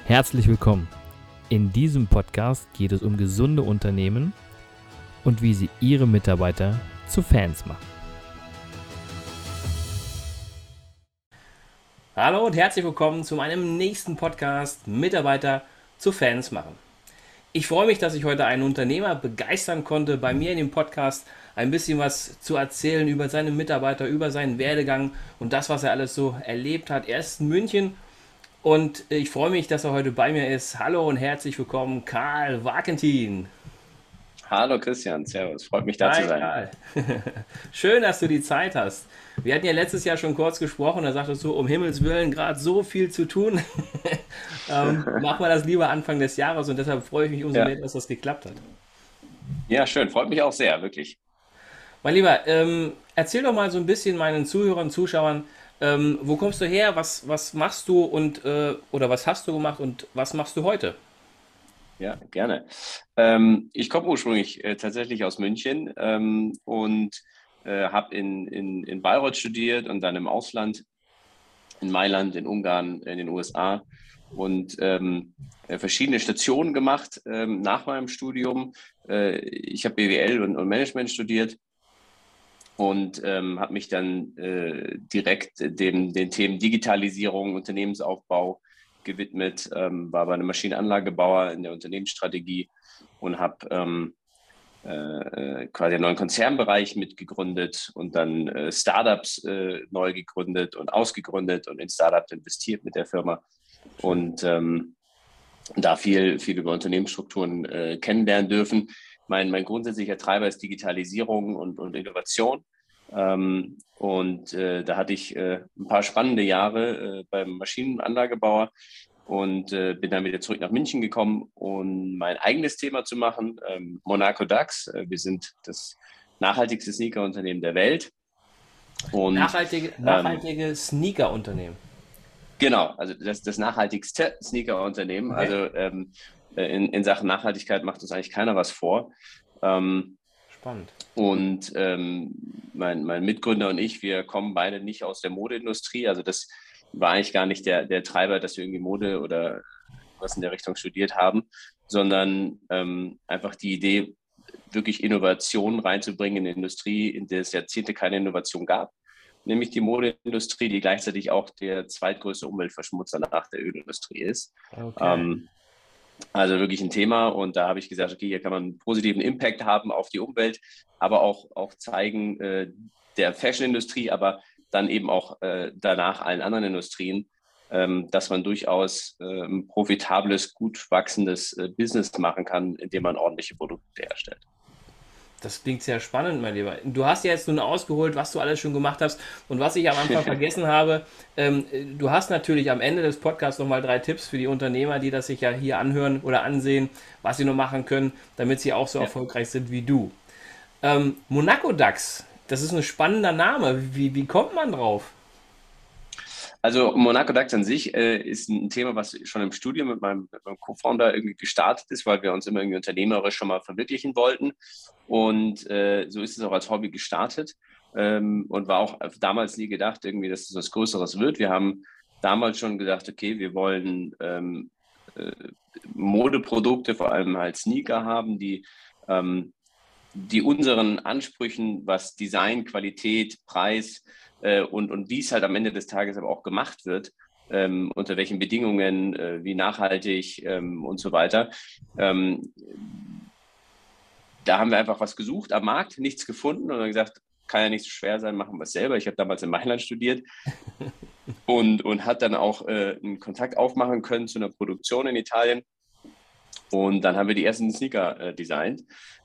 Herzlich willkommen. In diesem Podcast geht es um gesunde Unternehmen und wie sie ihre Mitarbeiter zu Fans machen. Hallo und herzlich willkommen zu meinem nächsten Podcast Mitarbeiter zu Fans machen. Ich freue mich, dass ich heute einen Unternehmer begeistern konnte, bei mir in dem Podcast ein bisschen was zu erzählen über seine Mitarbeiter, über seinen Werdegang und das, was er alles so erlebt hat. Er ist in München und ich freue mich, dass er heute bei mir ist. Hallo und herzlich willkommen, Karl Wagentin. Hallo Christian, servus, freut mich da zu Hi sein. Karl. Schön, dass du die Zeit hast. Wir hatten ja letztes Jahr schon kurz gesprochen, da sagtest du, um Himmels Willen, gerade so viel zu tun. Machen wir das lieber Anfang des Jahres und deshalb freue ich mich umso mehr, Ja, dass das geklappt hat. ja, schön, freut mich auch sehr, wirklich. Mein Lieber, erzähl doch mal so ein bisschen meinen Zuhörern, Zuschauern, wo kommst du her, was machst du und oder was hast du gemacht und was machst du heute? Ja, gerne. Ich komme ursprünglich tatsächlich aus München und habe in Bayreuth studiert und dann im Ausland, in Mailand, in Ungarn, in den USA und verschiedene Stationen gemacht nach meinem Studium. Ich habe BWL und Management studiert und habe mich dann direkt den Themen Digitalisierung, Unternehmensaufbau gewidmet, war bei einem Maschinenanlagebauer in der Unternehmensstrategie und habe quasi einen neuen Konzernbereich mitgegründet und dann Startups neu gegründet und ausgegründet und in Startups investiert mit der Firma Schön. und da viel über Unternehmensstrukturen kennenlernen dürfen. Mein grundsätzlicher Treiber ist Digitalisierung und Innovation. Da hatte ich ein paar spannende Jahre beim Maschinenanlagebauer und bin dann wieder zurück nach München gekommen, um mein eigenes Thema zu machen, Monaco DAX. Wir sind das nachhaltigste Sneaker-Unternehmen der Welt. Und ähm, Nachhaltige Sneaker-Unternehmen. genau, also das nachhaltigste Sneaker-Unternehmen. Okay. Also in Sachen Nachhaltigkeit macht uns eigentlich keiner was vor. Ähm, Spannend. mein Mitgründer und ich, wir kommen beide nicht aus der Modeindustrie. Also das war eigentlich gar nicht der Treiber, dass wir irgendwie Mode oder was in der Richtung studiert haben, sondern einfach die Idee, wirklich Innovation reinzubringen in die Industrie, in der es Jahrzehnte keine Innovation gab, nämlich die Modeindustrie, die gleichzeitig auch der zweitgrößte Umweltverschmutzer nach der Ölindustrie ist. Okay. Ähm, also wirklich ein Thema und da habe ich gesagt, okay, hier kann man einen positiven Impact haben auf die Umwelt, aber auch zeigen der Fashion-Industrie, aber dann eben auch danach allen anderen Industrien, dass man durchaus ein profitables, gut wachsendes Business machen kann, indem man ordentliche Produkte herstellt. Das klingt sehr spannend, mein Lieber. Du hast ja jetzt nun ausgeholt, was du alles schon gemacht hast. Und was ich am Anfang vergessen habe, du hast natürlich am Ende des Podcasts nochmal 3 Tipps für die Unternehmer, die das sich ja hier anhören oder ansehen, was sie noch machen können, damit sie auch so Ja. erfolgreich sind wie du. Monaco DAX, das ist ein spannender Name. Wie kommt man drauf? Also Monaco DAX an sich ist ein Thema, was schon im Studium mit meinem Co-Founder irgendwie gestartet ist, weil wir uns immer irgendwie unternehmerisch schon mal verwirklichen wollten. Und so ist es auch als Hobby gestartet und war auch damals nie gedacht, irgendwie, dass es was Größeres wird. Wir haben damals schon gedacht, okay, wir wollen äh, Modeprodukte, vor allem halt Sneaker haben, ähm, die unseren Ansprüchen, was Design, Qualität, Preis und wie es halt am Ende des Tages aber auch gemacht wird, unter welchen Bedingungen, wie nachhaltig und so weiter. Ähm, Da haben wir einfach was gesucht am Markt, nichts gefunden und dann gesagt, kann ja nicht so schwer sein, machen wir es selber. Ich habe damals in Mailand studiert und hat dann auch einen Kontakt aufmachen können zu einer Produktion in Italien. Und dann haben wir die ersten Sneaker designt.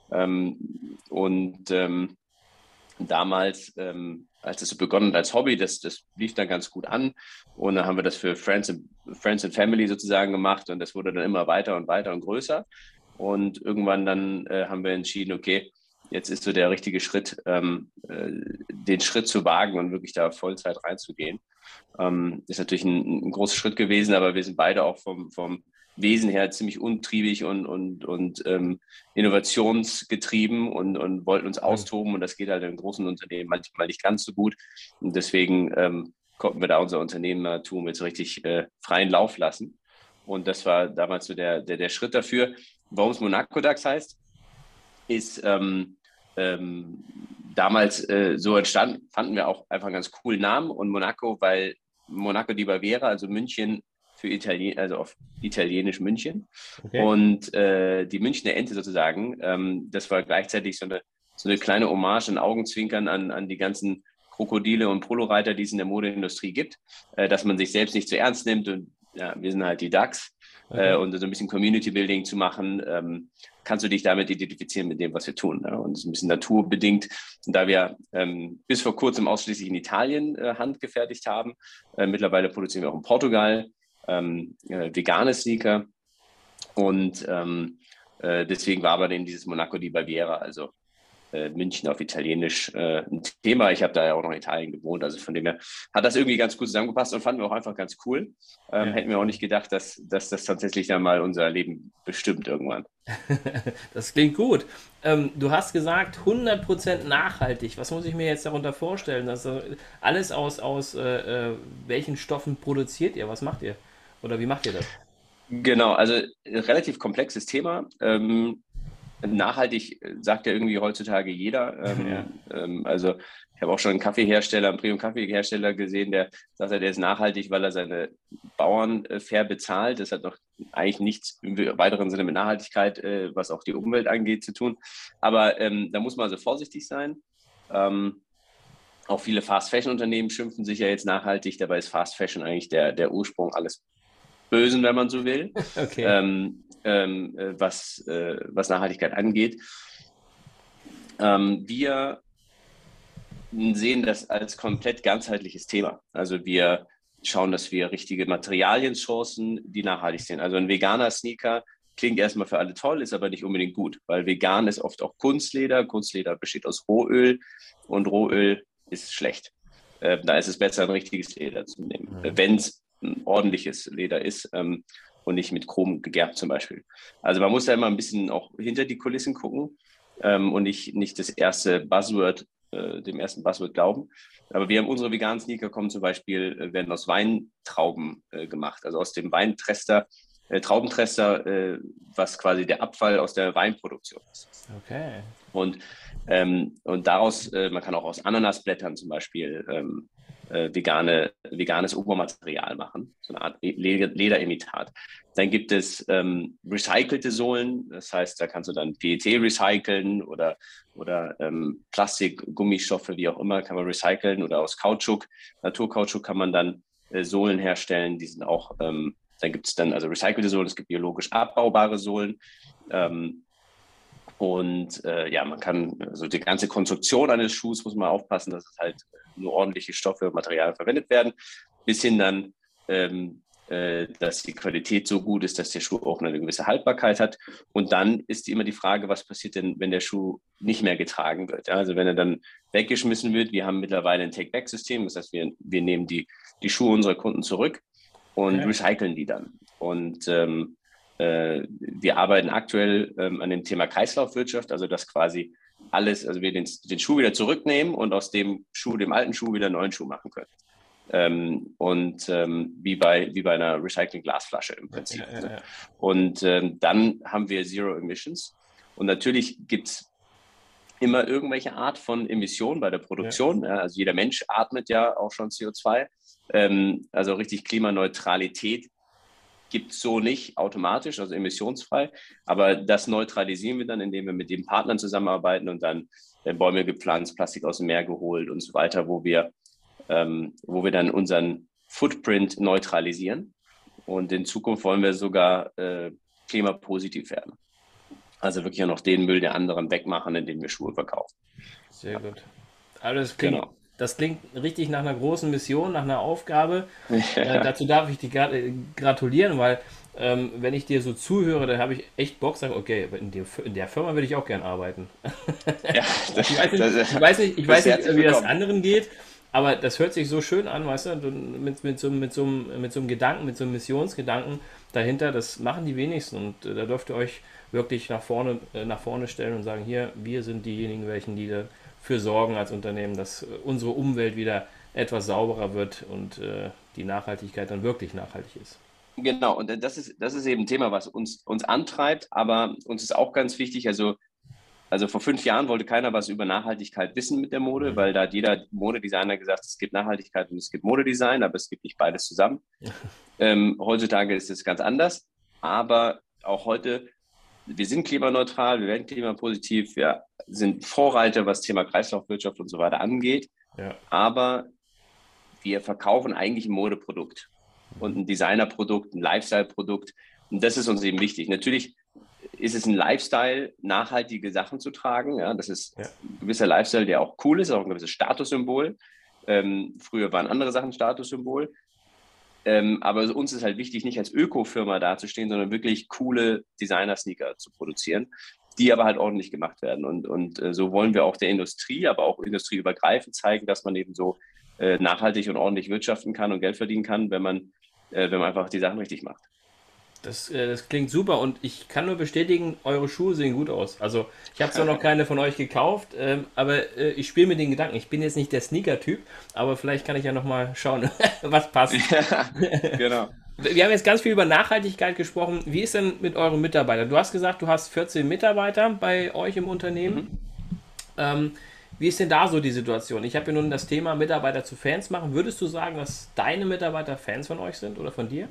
Und damals, als es so begonnen hat als Hobby, das lief dann ganz gut an. Und dann haben wir das für Friends and Family sozusagen gemacht und das wurde dann immer weiter und weiter und größer. Und irgendwann dann haben wir entschieden, okay, jetzt ist so der richtige Schritt, den Schritt zu wagen und wirklich da Vollzeit reinzugehen. Ist natürlich ein großer Schritt gewesen, aber wir sind beide auch vom Wesen her ziemlich untriebig und innovationsgetrieben und wollten uns austoben. Und das geht halt in großen Unternehmen manchmal nicht ganz so gut. Und deswegen konnten wir da unser Unternehmertum jetzt richtig freien Lauf lassen. Und das war damals so der Schritt dafür. Warum es Monaco DAX heißt, ist damals so entstanden, fanden wir auch einfach einen ganz coolen Namen. Und Monaco, weil Monaco di Baviera, also München für Italien, also auf Italienisch München. Okay. Und die Münchner Ente sozusagen, das war gleichzeitig so eine kleine Hommage und Augenzwinkern an die ganzen Krokodile und Poloreiter, die es in der Modeindustrie gibt, dass man sich selbst nicht zu ernst nimmt. Und ja, wir sind halt die DAX. Okay. Und so ein bisschen Community Building zu machen, kannst du dich damit identifizieren mit dem, was wir tun. Ja? Und es ist ein bisschen naturbedingt. Und da wir bis vor kurzem ausschließlich in Italien handgefertigt haben, mittlerweile produzieren wir auch in Portugal vegane Sneaker. Und deswegen war aber eben dieses Monaco di Baviera, also München auf Italienisch, ein Thema. Ich habe da ja auch noch in Italien gewohnt, also von dem her hat das irgendwie ganz gut zusammengepasst und fanden wir auch einfach ganz cool. Hätten wir auch nicht gedacht, dass das tatsächlich dann mal unser Leben bestimmt irgendwann. Das klingt gut. Du hast gesagt, 100% nachhaltig. Was muss ich mir jetzt darunter vorstellen? Das alles aus welchen Stoffen produziert ihr? Was macht ihr? Oder wie macht ihr das? Genau, also relativ komplexes Thema. Nachhaltig sagt ja irgendwie heutzutage jeder. Ja. Also ich habe auch schon einen Kaffeehersteller, einen Premium-Kaffeehersteller gesehen, der sagt, der ist nachhaltig, weil er seine Bauern fair bezahlt. Das hat doch eigentlich nichts im weiteren Sinne mit Nachhaltigkeit, was auch die Umwelt angeht, zu tun. Aber da muss man also vorsichtig sein. Auch viele Fast-Fashion-Unternehmen schimpfen sich ja jetzt nachhaltig. Dabei ist Fast-Fashion eigentlich der Ursprung alles Bösen, wenn man so will. Okay. Was Nachhaltigkeit angeht. Wir sehen das als komplett ganzheitliches Thema. Also wir schauen, dass wir richtige Materialien sourcen, die nachhaltig sind. Also ein veganer Sneaker klingt erstmal für alle toll, ist aber nicht unbedingt gut, weil vegan ist oft auch Kunstleder. Kunstleder besteht aus Rohöl und Rohöl ist schlecht. Da ist es besser, ein richtiges Leder zu nehmen, wenn es ein ordentliches Leder ist. Und nicht mit Chrom gegerbt zum Beispiel. Also man muss da immer ein bisschen auch hinter die Kulissen gucken und nicht das erste Buzzword, dem ersten Buzzword glauben. Aber wir haben unsere veganen Sneaker kommen zum Beispiel, werden aus Weintrauben gemacht, also aus dem Traubentrester, was quasi der Abfall aus der Weinproduktion ist. Okay. Und daraus, man kann auch aus Ananasblättern zum Beispiel veganes Obermaterial machen, so eine Art Lederimitat. Dann gibt es recycelte Sohlen, das heißt, da kannst du dann PET recyceln oder Plastik, Gummistoffe, wie auch immer, kann man recyceln oder aus Kautschuk, Naturkautschuk kann man dann Sohlen herstellen, die sind auch, dann gibt es dann also recycelte Sohlen, es gibt biologisch abbaubare Sohlen, man kann, also die ganze Konstruktion eines Schuhs muss man aufpassen, dass es halt nur ordentliche Stoffe und Materialien verwendet werden, bis hin dann, dass die Qualität so gut ist, dass der Schuh auch eine gewisse Haltbarkeit hat. Und dann ist immer die Frage, was passiert denn, wenn der Schuh nicht mehr getragen wird? Ja, also wenn er dann weggeschmissen wird, wir haben mittlerweile ein Take-Back-System, das heißt, wir nehmen die Schuhe unserer Kunden zurück und recyceln die dann. Und wir arbeiten aktuell an dem Thema Kreislaufwirtschaft, also dass quasi alles, also wir den Schuh wieder zurücknehmen und aus dem alten Schuh wieder einen neuen Schuh machen können. Wie bei einer Recycling-Glasflasche im Prinzip. Ja. Und dann haben wir Zero Emissions. Und natürlich gibt es immer irgendwelche Art von Emissionen bei der Produktion. Ja. Also jeder Mensch atmet ja auch schon CO2. Also richtig Klimaneutralität gibt es so nicht automatisch, also emissionsfrei. Aber das neutralisieren wir dann, indem wir mit den Partnern zusammenarbeiten und dann Bäume gepflanzt, Plastik aus dem Meer geholt und so weiter, wo wir dann unseren Footprint neutralisieren. Und in Zukunft wollen wir sogar klimapositiv werden. Also wirklich auch noch den Müll der anderen wegmachen, indem wir Schuhe verkaufen. Sehr gut. Aber das klingt richtig nach einer großen Mission, nach einer Aufgabe. Dazu darf ich dir gratulieren, weil wenn ich dir so zuhöre, dann habe ich echt Bock, sage, okay, in der Firma würde ich auch gern arbeiten. Ja, ich weiß nicht, wie das anderen geht, aber das hört sich so schön an, weißt du, mit so einem Gedanken, mit so einem Missionsgedanken dahinter, das machen die wenigsten und da dürft ihr euch wirklich nach vorne stellen und sagen, hier, wir sind diejenigen, die dafür sorgen als Unternehmen, dass unsere Umwelt wieder etwas sauberer wird und die Nachhaltigkeit dann wirklich nachhaltig ist. Genau, und das ist eben ein Thema, was uns antreibt, aber uns ist auch ganz wichtig, also vor 5 Jahren wollte keiner was über Nachhaltigkeit wissen mit der Mode, weil da hat jeder Modedesigner gesagt, es gibt Nachhaltigkeit und es gibt Modedesign, aber es gibt nicht beides zusammen. Heutzutage ist es ganz anders, aber auch heute, wir sind klimaneutral, wir werden klimapositiv, wir sind Vorreiter, was Thema Kreislaufwirtschaft und so weiter angeht, Ja. aber wir verkaufen eigentlich ein Modeprodukt und ein Designerprodukt, ein Lifestyle-Produkt. Und das ist uns eben wichtig. Natürlich ist es ein Lifestyle, nachhaltige Sachen zu tragen. Ja, das ist Ja. ein gewisser Lifestyle, der auch cool ist, auch ein gewisses Statussymbol. Früher waren andere Sachen Statussymbol. Aber uns ist halt wichtig, nicht als Öko-Firma dazustehen, sondern wirklich coole Designer-Sneaker zu produzieren, die aber halt ordentlich gemacht werden. Und so wollen wir auch der Industrie, aber auch industrieübergreifend zeigen, dass man eben so nachhaltig und ordentlich wirtschaften kann und Geld verdienen kann, wenn man einfach die Sachen richtig macht. Das klingt super und ich kann nur bestätigen, eure Schuhe sehen gut aus. Also ich habe zwar noch keine von euch gekauft, aber ich spiele mit den Gedanken. Ich bin jetzt nicht der Sneaker-Typ, aber vielleicht kann ich ja noch mal schauen, was passt. Ja, genau. Wir haben jetzt ganz viel über Nachhaltigkeit gesprochen. Wie ist denn mit euren Mitarbeitern? Du hast gesagt, du hast 14 Mitarbeiter bei euch im Unternehmen. Mhm. Ähm, Wie ist denn da so die Situation? Ich habe ja nun das Thema Mitarbeiter zu Fans machen. Würdest du sagen, dass deine Mitarbeiter Fans von euch sind oder von dir?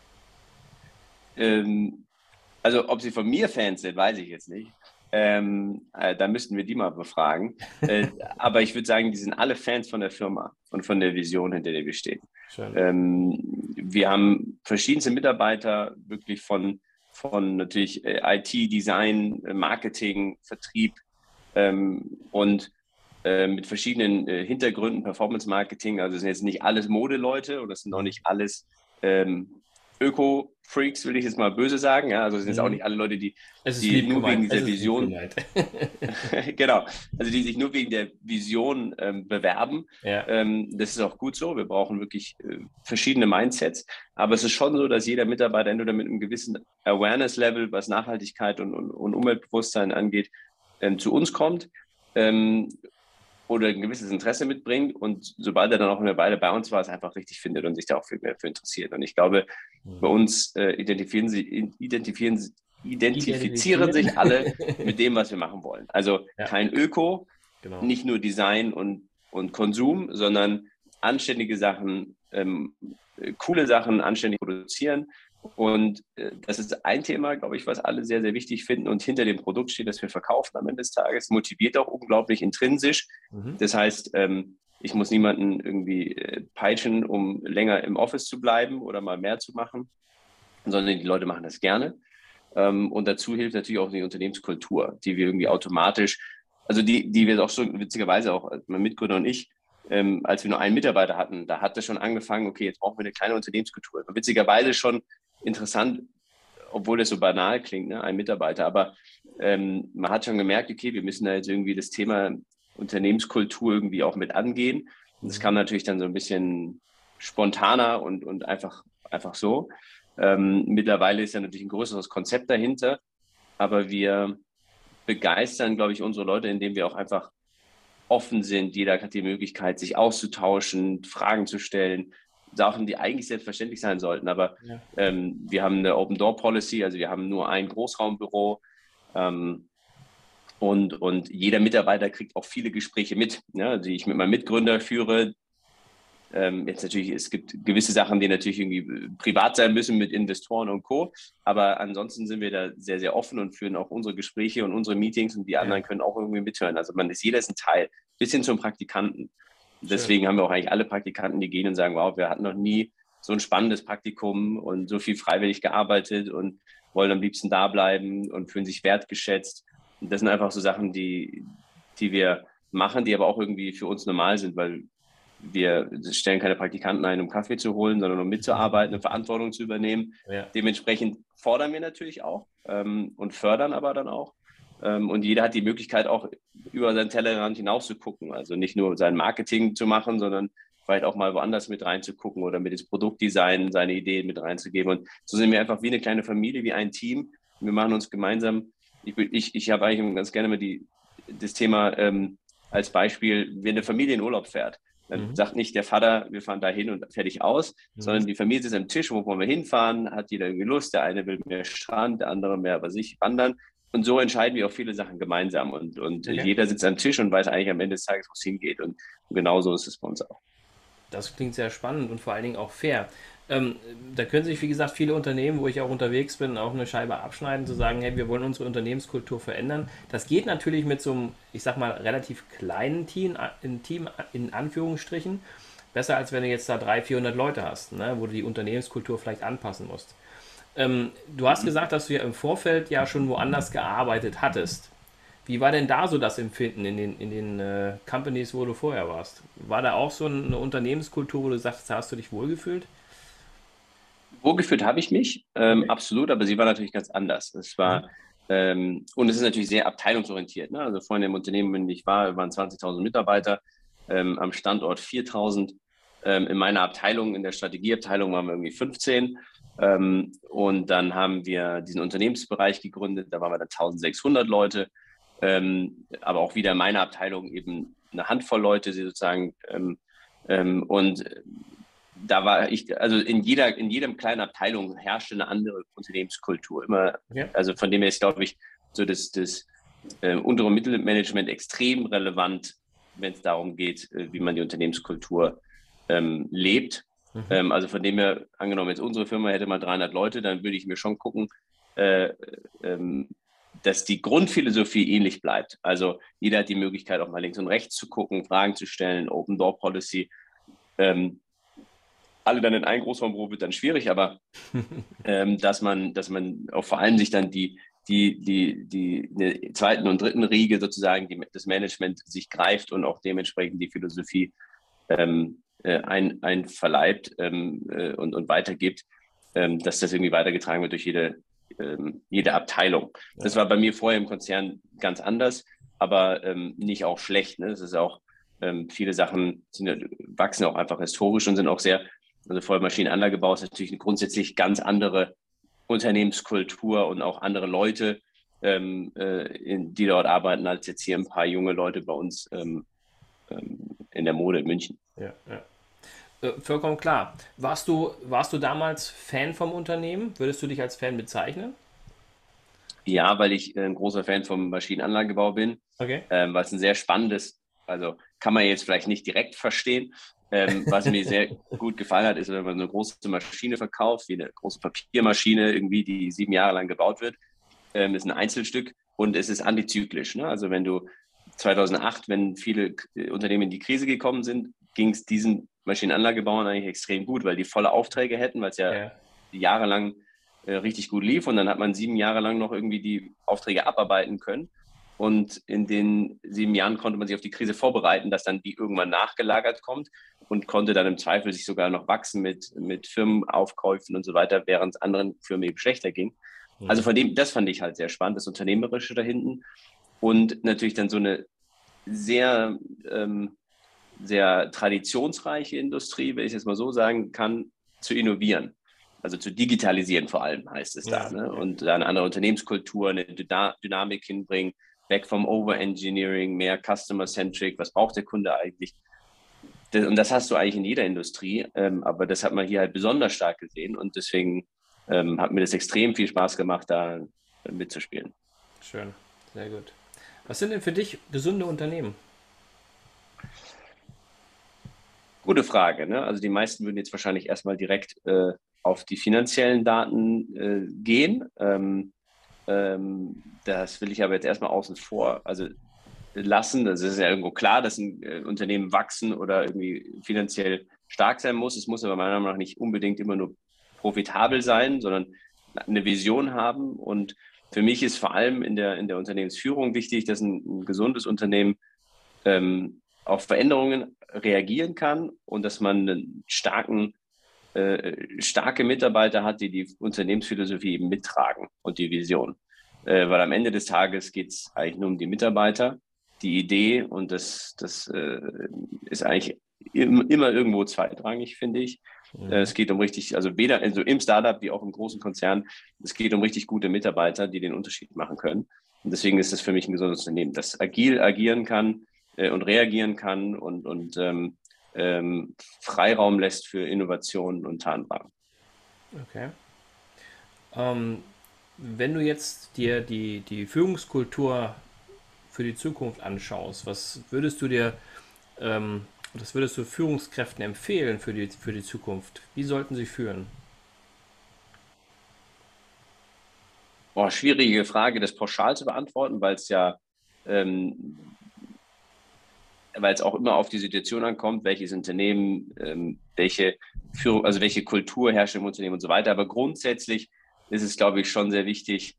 Ähm, Also, ob sie von mir Fans sind, weiß ich jetzt nicht. Da müssten wir die mal befragen. Aber ich würde sagen, die sind alle Fans von der Firma und von der Vision, hinter der wir stehen. Schön. Wir haben verschiedenste Mitarbeiter, wirklich von natürlich IT, Design, Marketing, Vertrieb und mit verschiedenen Hintergründen, Performance Marketing. Also es sind jetzt nicht alles Modeleute oder es sind auch nicht alles ähm, Öko-Freaks, will ich jetzt mal böse sagen. Ja, also es sind jetzt auch Mhm. nicht alle Leute, die, Es ist die lieb nur wegen gemeint. Es dieser ist lieb Vision, gemeint. genau, also die sich nur wegen der Vision bewerben. Ja. Das ist auch gut so. Wir brauchen wirklich verschiedene Mindsets. Aber es ist schon so, dass jeder Mitarbeiter entweder mit einem gewissen Awareness-Level, was Nachhaltigkeit und Umweltbewusstsein angeht, zu uns kommt. Ähm, oder ein gewisses Interesse mitbringt und sobald er dann auch eine Weile bei uns war, es einfach richtig findet und sich da auch viel mehr für interessiert. Und ich glaube, bei Mhm. uns identifizieren Identifizieren. sich alle mit dem, was wir machen wollen. Also Ja, kein Öko, genau. nicht nur Design und Konsum, sondern anständige Sachen, coole Sachen anständig produzieren. Und das ist ein Thema, glaube ich, was alle sehr, sehr wichtig finden. Und hinter dem Produkt steht, das wir verkaufen am Ende des Tages, motiviert auch unglaublich intrinsisch. Mhm. Das heißt, ich muss niemanden irgendwie peitschen, um länger im Office zu bleiben oder mal mehr zu machen, sondern die Leute machen das gerne. Und dazu hilft natürlich auch die Unternehmenskultur, die wir irgendwie automatisch, also die wir auch so witzigerweise auch, mein Mitgründer und ich, als wir nur einen Mitarbeiter hatten, da hat das schon angefangen, okay, jetzt brauchen wir eine kleine Unternehmenskultur. Und witzigerweise schon interessant, obwohl das so banal klingt, ne, ein Mitarbeiter, aber man hat schon gemerkt, okay, wir müssen da jetzt irgendwie das Thema Unternehmenskultur irgendwie auch mit angehen. Und das kam Mhm. natürlich dann so ein bisschen spontaner und einfach so. Mittlerweile ist ja natürlich ein größeres Konzept dahinter, aber wir begeistern, glaube ich, unsere Leute, indem wir auch einfach offen sind. Jeder hat die Möglichkeit, sich auszutauschen, Fragen zu stellen, Sachen, die eigentlich selbstverständlich sein sollten. Aber Ja. wir haben eine Open Door Policy, also wir haben nur ein Großraumbüro. Ähm, und jeder Mitarbeiter kriegt auch viele Gespräche mit, ne, die ich mit meinem Mitgründer führe. Jetzt natürlich, es gibt gewisse Sachen, die natürlich irgendwie privat sein müssen mit Investoren und Co. Aber ansonsten sind wir da sehr, sehr offen und führen auch unsere Gespräche und unsere Meetings und die anderen Ja, können auch irgendwie mithören. Also jeder ist ein Teil, bis hin zum Praktikanten. schön. Deswegen haben wir auch eigentlich alle Praktikanten, die gehen und sagen, wow, wir hatten noch nie so ein spannendes Praktikum und so viel freiwillig gearbeitet und wollen am liebsten da bleiben und fühlen sich wertgeschätzt. Und das sind einfach so Sachen, die wir machen, die aber auch irgendwie für uns normal sind, weil wir stellen keine Praktikanten ein, um Kaffee zu holen, sondern um mitzuarbeiten und Verantwortung zu übernehmen. Ja. Dementsprechend fordern wir natürlich auch und fördern aber dann auch. Und jeder hat die Möglichkeit auch über seinen Tellerrand hinaus zu gucken. Also nicht nur sein Marketing zu machen, sondern vielleicht auch mal woanders mit reinzugucken oder mit ins Produktdesign seine Ideen mit reinzugeben. Und so sind wir einfach wie eine kleine Familie, wie ein Team. Wir machen uns gemeinsam. Ich habe eigentlich ganz gerne mal das Thema als Beispiel, wenn eine Familie in Urlaub fährt. Dann Mhm. sagt nicht der Vater, wir fahren da hin und fertig aus, Mhm. sondern die Familie sitzt am Tisch, wo wollen wir hinfahren, hat jeder irgendwie Lust, der eine will mehr Strand, der andere mehr bei sich wandern. Und so entscheiden wir auch viele Sachen gemeinsam. Und Okay. jeder sitzt am Tisch und weiß eigentlich am Ende des Tages, wo es hingeht. Und genau so ist es bei uns auch. Das klingt sehr spannend und vor allen Dingen auch fair. Ähm, Da können sich, wie gesagt, viele Unternehmen, wo ich auch unterwegs bin, auch eine Scheibe abschneiden, zu sagen, hey, wir wollen unsere Unternehmenskultur verändern. Das geht natürlich mit so einem, ich sag mal, relativ kleinen Team in Anführungsstrichen. Besser als wenn du jetzt da 300, 400 Leute hast, ne, wo du die Unternehmenskultur vielleicht anpassen musst. Du hast Mhm. gesagt, dass du ja im Vorfeld ja schon woanders gearbeitet hattest. Wie war denn da so das Empfinden in den Companies, wo du vorher warst? War da auch so eine Unternehmenskultur, wo du sagst, da hast du dich wohlgefühlt? Wohlgefühlt habe ich mich, Okay. absolut, aber sie war natürlich ganz anders. Mhm. Und es ist natürlich sehr abteilungsorientiert. Ne? Also vorhin im Unternehmen, in dem ich war, waren 20.000 Mitarbeiter, am Standort 4.000. In meiner Abteilung, in der Strategieabteilung waren wir irgendwie 15. Und dann haben wir diesen Unternehmensbereich gegründet, da waren wir dann 1.600 Leute. Aber auch wieder in meiner Abteilung eben eine Handvoll Leute, die sozusagen und da war ich, also in jedem kleinen Abteilung herrschte eine andere Unternehmenskultur. Immer, Okay. also von dem her ist, glaube ich, so das untere Mittelmanagement extrem relevant, wenn es darum geht, wie man die Unternehmenskultur lebt. Mhm. Also von dem her, angenommen jetzt unsere Firma hätte mal 300 Leute, dann würde ich mir schon gucken, äh, ähm, dass die Grundphilosophie ähnlich bleibt. Also jeder hat die Möglichkeit, auch mal links und rechts zu gucken, Fragen zu stellen, Open Door Policy. Ähm, alle dann in ein Großraumbüro wird dann schwierig, aber dass man auch vor allem sich dann die zweiten und dritten Riege sozusagen, das Management sich greift und auch dementsprechend die Philosophie einverleibt und weitergibt, dass das irgendwie weitergetragen wird durch jede Abteilung. Das Ja. war bei mir vorher im Konzern ganz anders, aber nicht auch schlecht. Ne? Das ist auch, viele Sachen wachsen auch einfach historisch und sind auch sehr, also Vollmaschinenanlagebau ist natürlich eine grundsätzlich ganz andere Unternehmenskultur und auch andere Leute, die dort arbeiten, als jetzt hier ein paar junge Leute bei uns in der Mode in München. Ja, ja. Vollkommen klar. Warst du damals Fan vom Unternehmen? Würdest du dich als Fan bezeichnen? Ja, weil ich ein großer Fan vom Maschinenanlagebau bin, Okay. weil es ein sehr spannendes, also kann man jetzt vielleicht nicht direkt verstehen. Was mir sehr gut gefallen hat, ist, wenn man eine große Maschine verkauft, wie eine große Papiermaschine, irgendwie, die 7 Jahre lang gebaut wird, ist ein Einzelstück und es ist antizyklisch. Ne? Also wenn du 2008, wenn viele Unternehmen in die Krise gekommen sind, ging es diesen Maschinenanlagebauern eigentlich extrem gut, weil die volle Aufträge hätten, weil es ja Ja. jahrelang richtig gut lief und dann hat man 7 Jahre lang noch irgendwie die Aufträge abarbeiten können. Und in den 7 Jahren konnte man sich auf die Krise vorbereiten, dass dann die irgendwann nachgelagert kommt und konnte dann im Zweifel sich sogar noch wachsen mit Firmenaufkäufen und so weiter, während es anderen Firmen eben schlechter ging. Also Mhm. von dem, das fand ich halt sehr spannend, das Unternehmerische da hinten. Und natürlich dann so eine sehr, sehr traditionsreiche Industrie, wenn ich es mal so sagen kann, zu innovieren. Also zu digitalisieren vor allem heißt es da. Ja, Ne? ja. Und da eine andere Unternehmenskultur, eine Dynamik hinbringen, weg vom Overengineering, mehr Customer-Centric. Was braucht der Kunde eigentlich? Und das hast du eigentlich in jeder Industrie, aber das hat man hier halt besonders stark gesehen und deswegen hat mir das extrem viel Spaß gemacht, da mitzuspielen. Schön. Sehr gut. Was sind denn für dich gesunde Unternehmen? Gute Frage. Ne? Also die meisten würden jetzt wahrscheinlich erstmal direkt auf die finanziellen Daten gehen. Das will ich aber jetzt erstmal außen vor. Also lassen. Das ist ja irgendwo klar, dass ein Unternehmen wachsen oder irgendwie finanziell stark sein muss. Es muss aber meiner Meinung nach nicht unbedingt immer nur profitabel sein, sondern eine Vision haben. Und für mich ist vor allem in der Unternehmensführung wichtig, dass ein gesundes Unternehmen auf Veränderungen reagieren kann und dass man einen starke Mitarbeiter hat, die Unternehmensphilosophie eben mittragen und die Vision. Weil am Ende des Tages geht es eigentlich nur um die Mitarbeiter, die Idee und das ist eigentlich immer irgendwo zweitrangig, finde ich. Mhm. Es geht um richtig, also weder also im Startup wie auch im großen Konzern, es geht um richtig gute Mitarbeiter, die den Unterschied machen können. Und deswegen ist das für mich ein gesundes Unternehmen, das agil agieren kann und reagieren kann und Freiraum lässt für Innovationen und Tatendrang. Okay. Ähm, Wenn du jetzt dir die Führungskultur für die Zukunft anschaust, ähm, was würdest du Führungskräften empfehlen für die Zukunft? Wie sollten sie führen? Boah, schwierige Frage, das pauschal zu beantworten, ähm, weil es auch immer auf die Situation ankommt, welches Unternehmen, welche Führung, also welche Kultur herrscht im Unternehmen und so weiter. Aber grundsätzlich ist es, glaube ich, schon sehr wichtig,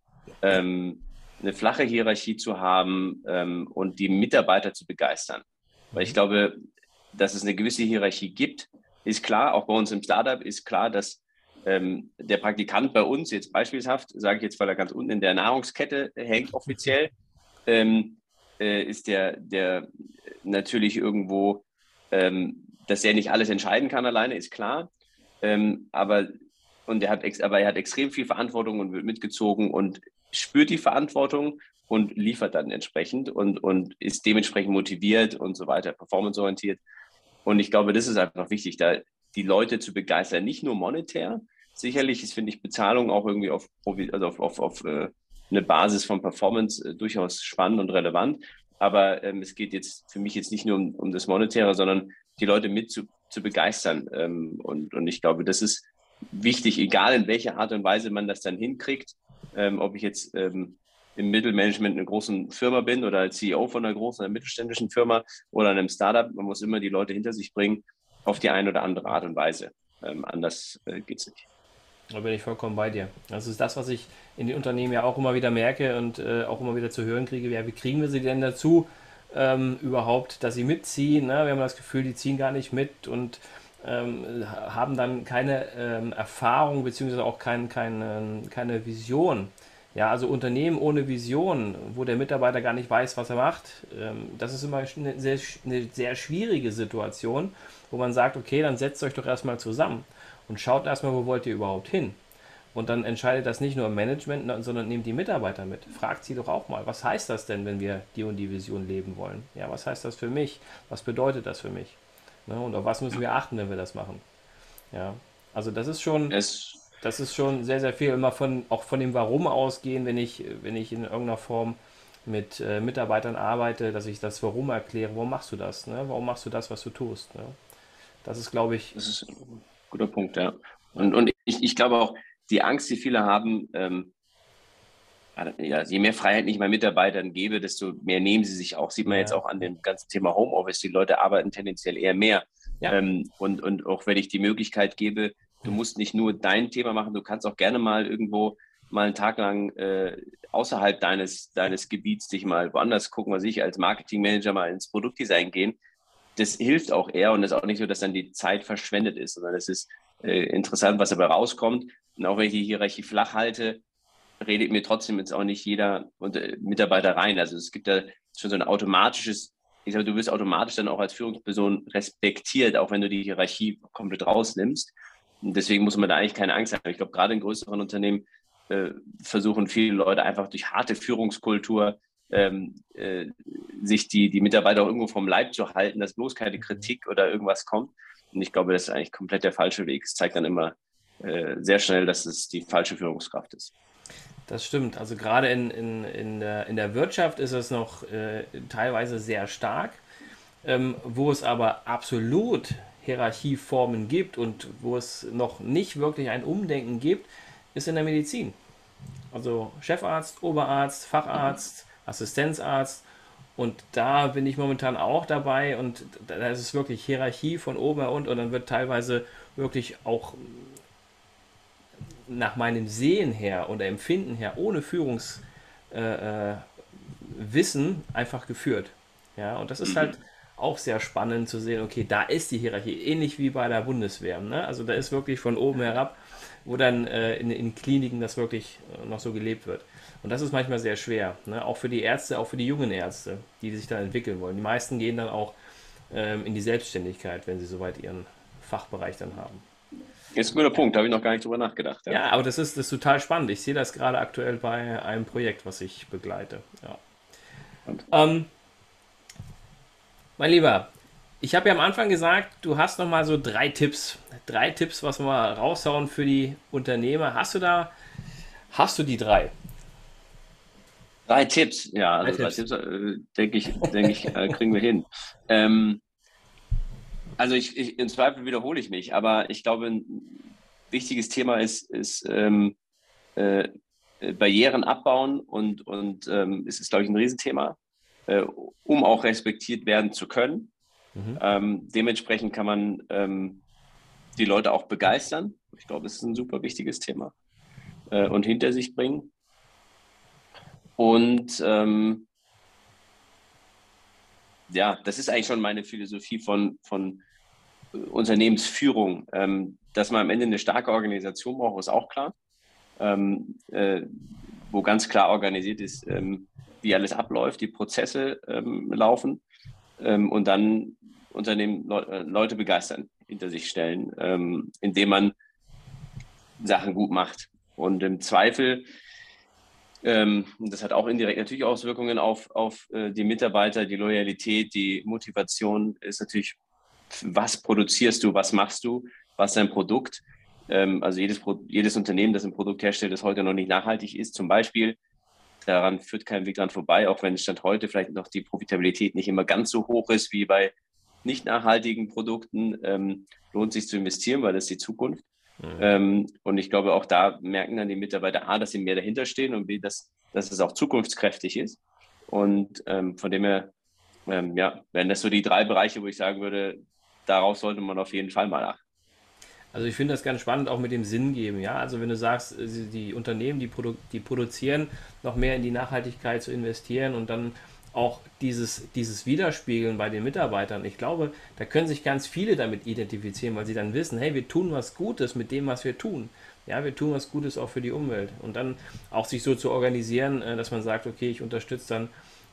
eine flache Hierarchie zu haben, und die Mitarbeiter zu begeistern. Weil ich glaube, dass es eine gewisse Hierarchie gibt, ist klar. Auch bei uns im Startup ist klar, dass der Praktikant bei uns jetzt beispielhaft, sage ich jetzt, weil er ganz unten in der Nahrungskette hängt offiziell, ähm, ist der natürlich irgendwo, dass er nicht alles entscheiden kann alleine, ist klar. Aber, aber er hat extrem viel Verantwortung und wird mitgezogen und spürt die Verantwortung und liefert dann entsprechend und ist dementsprechend motiviert und so weiter, performanceorientiert. Und ich glaube, das ist einfach wichtig, da die Leute zu begeistern, nicht nur monetär. Sicherlich ist, finde ich, Bezahlung auch irgendwie also auf eine Basis von Performance durchaus spannend und relevant. Aber es geht jetzt für mich jetzt nicht nur um das Monetäre, sondern die Leute zu begeistern. Und ich glaube, das ist wichtig, egal in welcher Art und Weise man das dann hinkriegt. Ob ich jetzt im Mittelmanagement einer großen Firma bin oder als CEO von einer großen, einer mittelständischen Firma oder einem Startup, man muss immer die Leute hinter sich bringen, auf die eine oder andere Art und Weise. Anders geht es nicht. Da bin ich vollkommen bei dir. Das ist das, was ich in den Unternehmen ja auch immer wieder merke und auch immer wieder zu hören kriege. Ja, wie kriegen wir sie denn dazu, überhaupt, dass sie mitziehen? Ne? Wir haben das Gefühl, die ziehen gar nicht mit und haben dann keine Erfahrung beziehungsweise auch keine Vision. Ja, also Unternehmen ohne Vision, wo der Mitarbeiter gar nicht weiß, was er macht, das ist immer eine sehr schwierige Situation, wo man sagt, okay, dann setzt euch doch erstmal zusammen und schaut erstmal, wo wollt ihr überhaupt hin. Und dann entscheidet das nicht nur im Management, sondern nehmt die Mitarbeiter mit. Fragt sie doch auch mal, was heißt das denn, wenn wir die und die Vision leben wollen? Ja, was heißt das für mich? Was bedeutet das für mich? Ne? Und auf was müssen wir achten, wenn wir das machen? Ja, also Es, das ist schon sehr, sehr viel. Immer auch von dem Warum ausgehen, wenn ich in irgendeiner Form mit Mitarbeitern arbeite, dass ich das Warum erkläre. Warum machst du das? Ne? Warum machst du das, was du tust? Ne? Das ist, glaube ich, Das ist ein guter Punkt, ja. Und ich glaube auch, die Angst, die viele haben, ja, je mehr Freiheit ich meinen Mitarbeitern gebe, desto mehr nehmen sie sich auch. Sieht man jetzt ja, auch an dem ganzen Thema Homeoffice. Die Leute arbeiten tendenziell eher mehr. ja, Und auch wenn ich die Möglichkeit gebe, du musst nicht nur dein Thema machen, du kannst auch gerne mal irgendwo mal einen Tag lang außerhalb deines Gebiets dich mal woanders gucken, was ich als Marketingmanager mal ins Produktdesign gehen. Das hilft auch eher und es ist auch nicht so, dass dann die Zeit verschwendet ist, sondern es ist interessant, was dabei rauskommt. Und auch wenn ich die Hierarchie flach halte, redet mir trotzdem jetzt auch nicht jeder Mitarbeiter rein. Also es gibt da schon so ein automatisches, ich sage, du wirst automatisch dann auch als Führungsperson respektiert, auch wenn du die Hierarchie komplett rausnimmst. Und deswegen muss man da eigentlich keine Angst haben. Ich glaube, gerade in größeren Unternehmen äh, versuchen viele Leute einfach durch harte Führungskultur ähm, äh, sich die Mitarbeiter auch irgendwo vom Leib zu halten, dass bloß keine Kritik oder irgendwas kommt. Und ich glaube, das ist eigentlich komplett der falsche Weg. Es zeigt dann immer sehr schnell, dass es die falsche Führungskraft ist. das stimmt. Also gerade in der Wirtschaft ist es noch teilweise sehr stark, wo es aber absolut Hierarchieformen gibt und wo es noch nicht wirklich ein Umdenken gibt, ist in der Medizin. Also Chefarzt, Oberarzt, Facharzt, Assistenzarzt. Und da bin ich momentan auch dabei und da ist es wirklich Hierarchie von oben und dann wird teilweise wirklich auch nach meinem Sehen her oder Empfinden her ohne Führungswissen einfach geführt. Ja, und das ist halt Mhm. auch sehr spannend zu sehen, okay, da ist die Hierarchie, ähnlich wie bei der Bundeswehr. Ne? Also da ist wirklich von oben herab, wo dann in Kliniken das wirklich noch so gelebt wird. Und das ist manchmal sehr schwer, ne? Auch für die Ärzte, auch für die jungen Ärzte, die sich dann entwickeln wollen. Die meisten gehen dann auch in die Selbstständigkeit, wenn sie soweit ihren Fachbereich dann haben. Ist ein guter Punkt, da habe ich noch gar nicht drüber nachgedacht. Ja. Ja, aber das ist total spannend. Ich sehe das gerade aktuell bei einem Projekt, was ich begleite. Ja. Und Ähm, Mein Lieber, Ich habe ja am Anfang gesagt, du hast noch mal so drei Tipps. Drei Tipps, was wir mal raushauen für die Unternehmer. Hast du die drei? Drei Tipps, ja, Drei also drei Tipps. Tipps, denke ich, kriegen wir hin. Ähm, also im Zweifel wiederhole ich mich, aber ich glaube, ein wichtiges Thema ist äh, Barrieren abbauen und es ist, glaube ich, ein Riesenthema, äh, um auch respektiert werden zu können. Mhm. Dementsprechend kann man die Leute auch begeistern. Ich glaube, das ist ein super wichtiges Thema und hinter sich bringen. Und ja, das ist eigentlich schon meine Philosophie von Unternehmensführung. Dass man am Ende eine starke Organisation braucht, ist auch klar. Ähm, äh, Wo ganz klar organisiert ist, wie alles abläuft, die Prozesse laufen und dann Leute begeistern, hinter sich stellen, indem man Sachen gut macht. Und im Zweifel, das hat auch indirekt natürlich Auswirkungen auf die Mitarbeiter, die Loyalität, die Motivation ist natürlich, was produzierst du, was machst du, was ist dein Produkt. Also jedes Unternehmen, das ein Produkt herstellt, das heute noch nicht nachhaltig ist, zum Beispiel, daran führt kein Weg dran vorbei, auch wenn Stand heute vielleicht noch die Profitabilität nicht immer ganz so hoch ist wie bei nicht nachhaltigen Produkten, lohnt sich zu investieren, weil das ist die Zukunft. Und ich glaube, auch da merken dann die Mitarbeiter A, dass sie mehr dahinter stehen und B, dass es auch zukunftskräftig ist. Und von dem her, ja, wären das so die drei Bereiche, wo ich sagen würde, darauf sollte man auf jeden Fall mal achten. Also ich finde das ganz spannend, auch mit dem Sinn geben. Ja, also wenn du sagst, die Unternehmen, die produzieren, noch mehr in die Nachhaltigkeit zu investieren und dann auch dieses Widerspiegeln bei den Mitarbeitern. Ich glaube, da können sich ganz viele damit identifizieren, weil sie dann wissen, hey, wir tun was Gutes mit dem, was wir tun. Ja, wir tun was Gutes auch für die Umwelt. Und dann auch sich so zu organisieren, dass man sagt, okay, ich unterstütze dann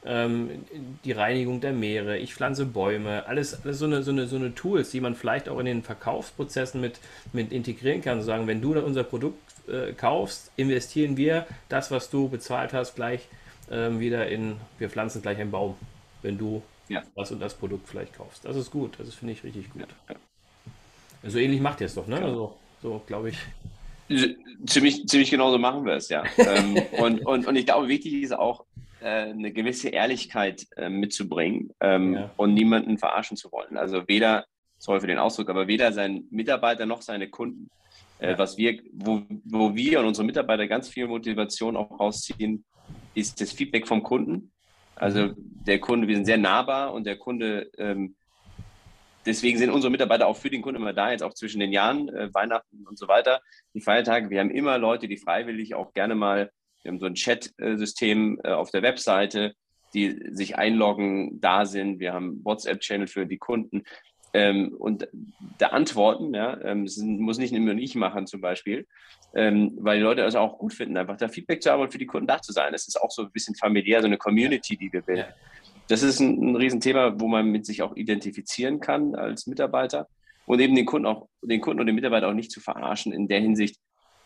die Reinigung der Meere, ich pflanze Bäume, alles so eine Tools, die man vielleicht auch in den Verkaufsprozessen mit integrieren kann. So sagen, wenn du unser Produkt kaufst, investieren wir das, was du bezahlt hast, gleich wieder wir pflanzen gleich einen Baum, wenn du Ja, das und das Produkt vielleicht kaufst. Das ist gut, das finde ich richtig ja, gut. ja, So ähnlich macht ihr es doch, ne? genau. Also, so glaube ich. Ziemlich genau so machen wir es, ja. Und ich glaube, wichtig ist auch, eine gewisse Ehrlichkeit mitzubringen Ja. und niemanden verarschen zu wollen. Also weder, sorry für den Ausdruck, aber weder seinen Mitarbeiter noch seine Kunden. Ja. Wo wir und unsere Mitarbeiter ganz viel Motivation auch rausziehen, ist das Feedback vom Kunden. Mhm. Also der Kunde, wir sind sehr nahbar und der Kunde deswegen sind unsere Mitarbeiter auch für den Kunden immer da, jetzt auch zwischen den Jahren, Weihnachten und so weiter, die Feiertage. Wir haben immer Leute, die freiwillig auch gerne mal, wir haben so ein Chat-System auf der Webseite, die sich einloggen, da sind. Wir haben WhatsApp-Channel für die Kunden. Und da antworten, ja, das muss nicht immer ich machen zum Beispiel, weil die Leute das auch gut finden, einfach da Feedback zu haben und für die Kunden da zu sein. Das ist auch so ein bisschen familiär, so eine Ja. Community, die wir Ja. bilden. Das ist ein Riesenthema, wo man mit sich auch identifizieren kann als Mitarbeiter und eben den Kunden und den Mitarbeiter auch nicht zu verarschen in der Hinsicht.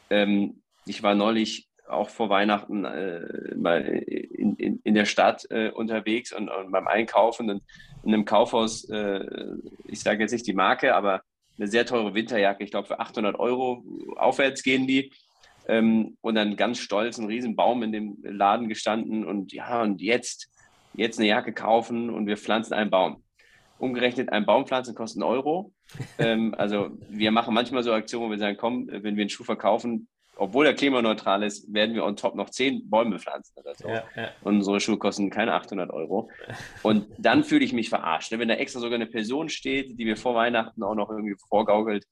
Ich war neulich auch vor Weihnachten mal in der Stadt unterwegs und beim Einkaufen und in einem Kaufhaus, ich sage jetzt nicht die Marke, aber eine sehr teure Winterjacke, ich glaube für 800 Euro aufwärts gehen die. Und dann ganz stolz ein Riesenbaum in dem Laden gestanden und ja, und jetzt eine Jacke kaufen und wir pflanzen einen Baum. Umgerechnet, ein Baum pflanzen kostet 1 Euro. Also wir machen manchmal so Aktionen, wo wir sagen, komm, wenn wir einen Schuh verkaufen, obwohl er klimaneutral ist, werden wir on top noch 10 Bäume pflanzen oder so. Ja. Ja. Und unsere Schuhe kosten keine 800 Euro. Und dann fühle ich mich verarscht. Wenn da extra sogar eine Person steht, die mir vor Weihnachten auch noch irgendwie vorgaukelt,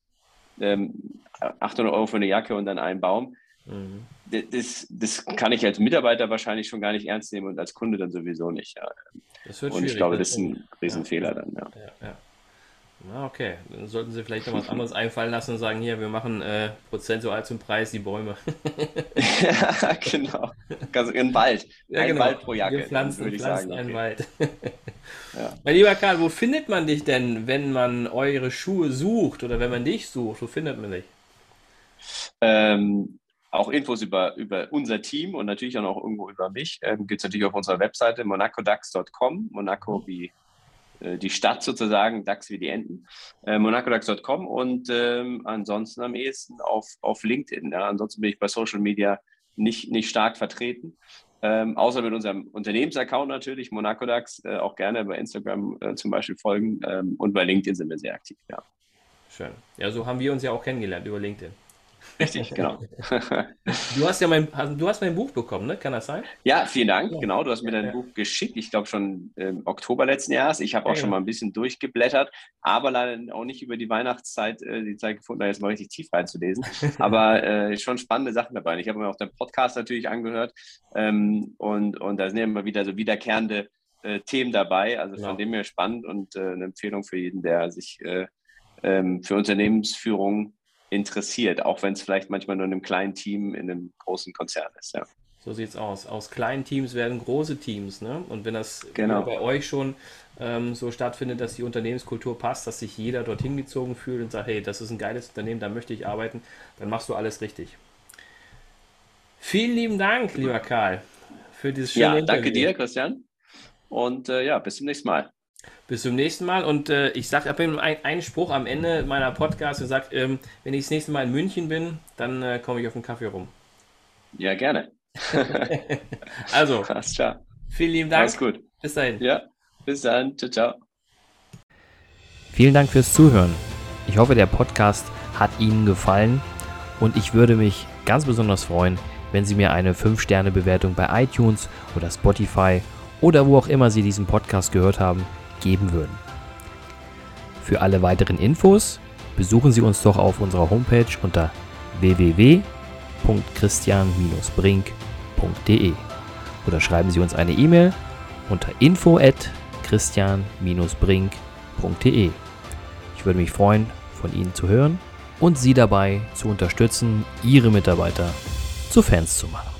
800 Euro für eine Jacke und dann einen Baum, Mhm. das kann ich als Mitarbeiter wahrscheinlich schon gar nicht ernst nehmen und als Kunde dann sowieso nicht. Ja. Das wird Und ich schwierig, glaube, das das ist stimmt. ein Ja. Riesenfehler Ja. dann, ja. Ja. Ja. Na, okay. Dann sollten Sie vielleicht noch was anderes einfallen lassen und sagen, hier, wir machen prozentual zum Preis die Bäume. Ja, genau. Ganz Ja, ein genau. Wald pro Wir Jacke, dann pflanzen, würde ich sagen, pflanzen einen okay. Wald. Ja. Mein lieber Karl, wo findet man dich denn, wenn man eure Schuhe sucht oder wenn man dich sucht? Wo findet man dich? Auch Infos über unser Team und natürlich auch noch irgendwo über mich gibt es natürlich auf unserer Webseite monacodax.com, Monaco wie die Stadt sozusagen, DAX wie die Enten, monacodax.com und ansonsten am ehesten auf LinkedIn. Ja. Ansonsten bin ich bei Social Media nicht stark vertreten. Außer mit unserem Unternehmensaccount natürlich, Monacodax, auch gerne bei Instagram zum Beispiel folgen und bei LinkedIn sind wir sehr aktiv, ja. Schön. Ja, so haben wir uns ja auch kennengelernt über LinkedIn. Richtig, genau. Du hast mein Buch bekommen, ne? Kann das sein? Ja, vielen Dank. Ja. Genau, du hast mir dein Buch geschickt. Ich glaube schon im Oktober letzten Jahres. Ich habe auch Ja, schon mal ein bisschen durchgeblättert, aber leider auch nicht über die Weihnachtszeit die Zeit gefunden, da jetzt mal richtig tief reinzulesen. Aber schon spannende Sachen dabei. Und ich habe mir auch deinen Podcast natürlich angehört und da sind ja immer wieder so wiederkehrende Themen dabei. Also genau. von dem her spannend und eine Empfehlung für jeden, der sich für Unternehmensführung interessiert, auch wenn es vielleicht manchmal nur in einem kleinen Team in einem großen Konzern ist. Ja. So sieht's aus. Aus kleinen Teams werden große Teams, ne? Und wenn das Genau. bei euch schon so stattfindet, dass die Unternehmenskultur passt, dass sich jeder dorthin gezogen fühlt und sagt, hey, das ist ein geiles Unternehmen, da möchte ich arbeiten, dann machst du alles richtig. Vielen lieben Dank, lieber Karl, für dieses schöne Ja, Interview. danke dir, Christian. Und bis zum nächsten Mal. Bis zum nächsten Mal. Und ich sage einen Spruch am Ende meiner Podcast und sage, wenn ich das nächste Mal in München bin, dann komme ich auf den Kaffee rum. Ja, gerne. Also, Alles klar. vielen lieben Dank. Alles gut. Bis dahin. Ja, bis dann. Ciao, ciao. Vielen Dank fürs Zuhören. Ich hoffe, der Podcast hat Ihnen gefallen und ich würde mich ganz besonders freuen, wenn Sie mir eine 5-Sterne-Bewertung bei iTunes oder Spotify oder wo auch immer Sie diesen Podcast gehört haben, geben würden. Für alle weiteren Infos besuchen Sie uns doch auf unserer Homepage unter www.christian-brink.de oder schreiben Sie uns eine E-Mail unter info@christian-brink.de. Ich würde mich freuen, von Ihnen zu hören und Sie dabei zu unterstützen, Ihre Mitarbeiter zu Fans zu machen.